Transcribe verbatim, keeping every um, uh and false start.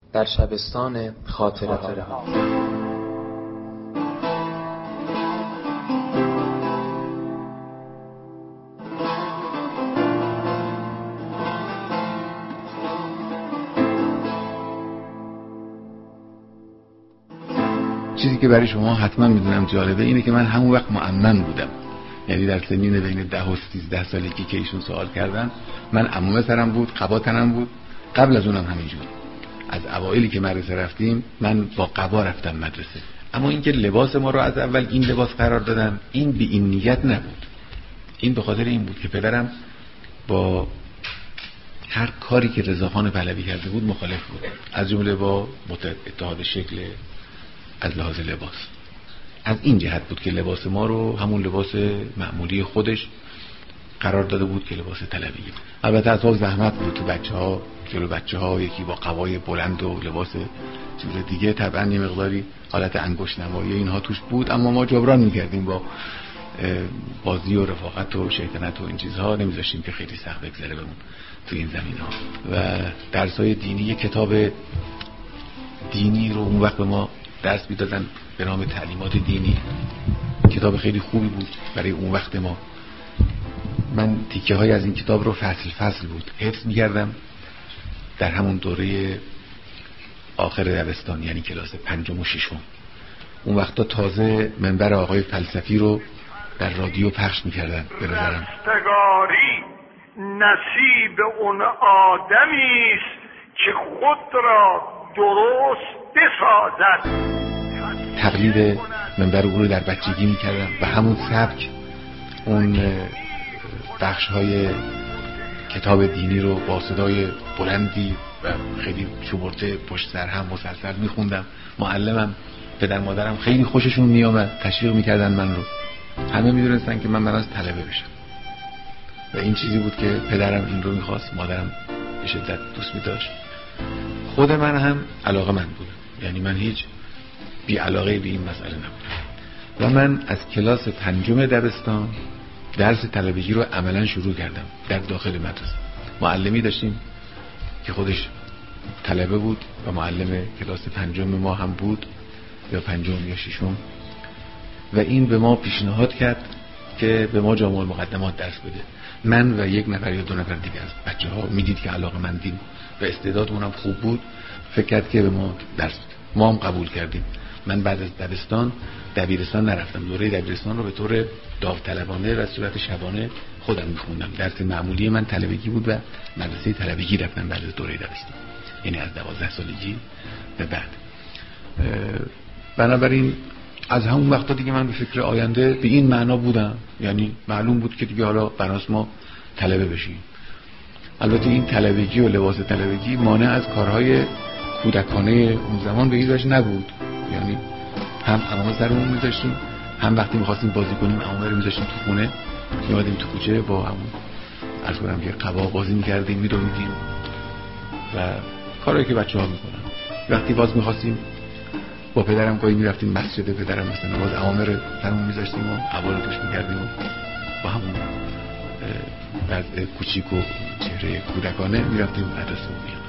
در شبستان خاطره ها. چیزی که برای شما حتما میدونم جالبه اینه که من همون وقت مؤمن بودم، یعنی در سنین بین ده و سیزده سالگی که ایشون سوال کردن من عمومه سرم بود، قبا تنم بود. قبل از اونم همینجور، از اوایلی که مدرسه رفتیم من با قبا رفتم مدرسه. اما اینکه لباس ما رو از اول این لباس قرار دادن، این به این نیت نبود. این به خاطر این بود که پدرم با هر کاری که رضاخان پهلوی کرده بود مخالف بود، از جمله با اتحاد شکل از لحاظ لباس. از این جهت بود که لباس ما رو همون لباس معمولی خودش قرار داده بود که لباس طلبی. البته از زحمت بود تو بچه‌ها، جلو بچه‌ها یکی با قوای بلند و لباس چیز دیگه، طبعا یه مقداری حالت انگشت نمایی اینها توش بود، اما ما جبران می‌کردیم با بازی و رفاقت و شیطنت و این چیزها، نمی‌ذاشتیم که خیلی سخت بگذره بهمون تو این زمینه‌ها. و درس‌های دینی، یک کتاب دینی رو اون وقت به ما درس میدادن به نام تعلیمات دینی، کتاب خیلی خوبی بود برای اون وقت ما. من تیکه های از این کتاب رو فصل فصل بود حفظ میکردم در همون دوره آخر دبستان، یعنی کلاس پنجم و ششم. اون وقتا تازه منبر آقای فلسفی رو در رادیو پخش میکردن. به نظرم رستگاری نصیب اون آدمی است که خود را درست بسازد. تقلید منبر او رو در بچگی میکردم و همون سبک اون بخش های کتاب دینی رو با صدای بلندی و خیلی شمرده پشت سر هم مسلسل میخوندم. معلمم، پدر مادرم خیلی خوششون میامد، تشویق میکردن من رو. همه میدونستن که من من از طلبه بشم و این چیزی بود که پدرم این رو میخواست، مادرم به شدت دوست میداشت. خود من هم علاقه من بود، یعنی من هیچ بی علاقه به این مسئله نبودم و من از کلاس پنجم دبستان درس طلبگی رو عملا شروع کردم در داخل مدرسه. معلمی داشتیم که خودش طلبه بود و معلم کلاس پنجم ما هم بود، یا پنجم یا ششم، و این به ما پیشنهاد کرد که به ما جامع المقدمات درس بده. من و یک نفر یا دو نفر دیگه از بچه ها میدید که علاقه مندیم و استعدادمون هم خوب بود، فکر کرد که به ما درس بده. ما هم قبول کردیم. من بعد از دبستان دبیرستان نرفتم، دوره دبیرستان رو به طور داوطلبانه و صورت شبانه خودم میخوندم. درس معمولی من طلبگی بود و مدرسه طلبگی رفتم بعد از دوره دبستان، یعنی از دوازده سالگی به بعد. بنابراین از همون وقتا دیگه من به فکر آینده به این معنا بودم، یعنی معلوم بود که دیگه حالا بناس ما طلبه بشیم. البته این طلبگی و لباس طلبگی مانع از کارهای کودکانه اون زمان به این وجه نبود، یعنی هم عمامه سرمون میذاشتیم، هم وقتی میخواستیم بازی کنیم عمامه رو میذاشتیم تو خونه، میادیم تو کوچه با همون عرض کنم که قبا بازی میکردیم، میدویدیم و کارهایی که بچه ها میکنن. وقتی باز میخواستیم با پدرم گاهی میرفتیم مسجد، پدرم مثلا باز عمامه رو سرمون میذاشتیم و قبا رو توش میکردیم و با همون وضع کوچیک و چهره کودکانه میرفتیم مدرسه.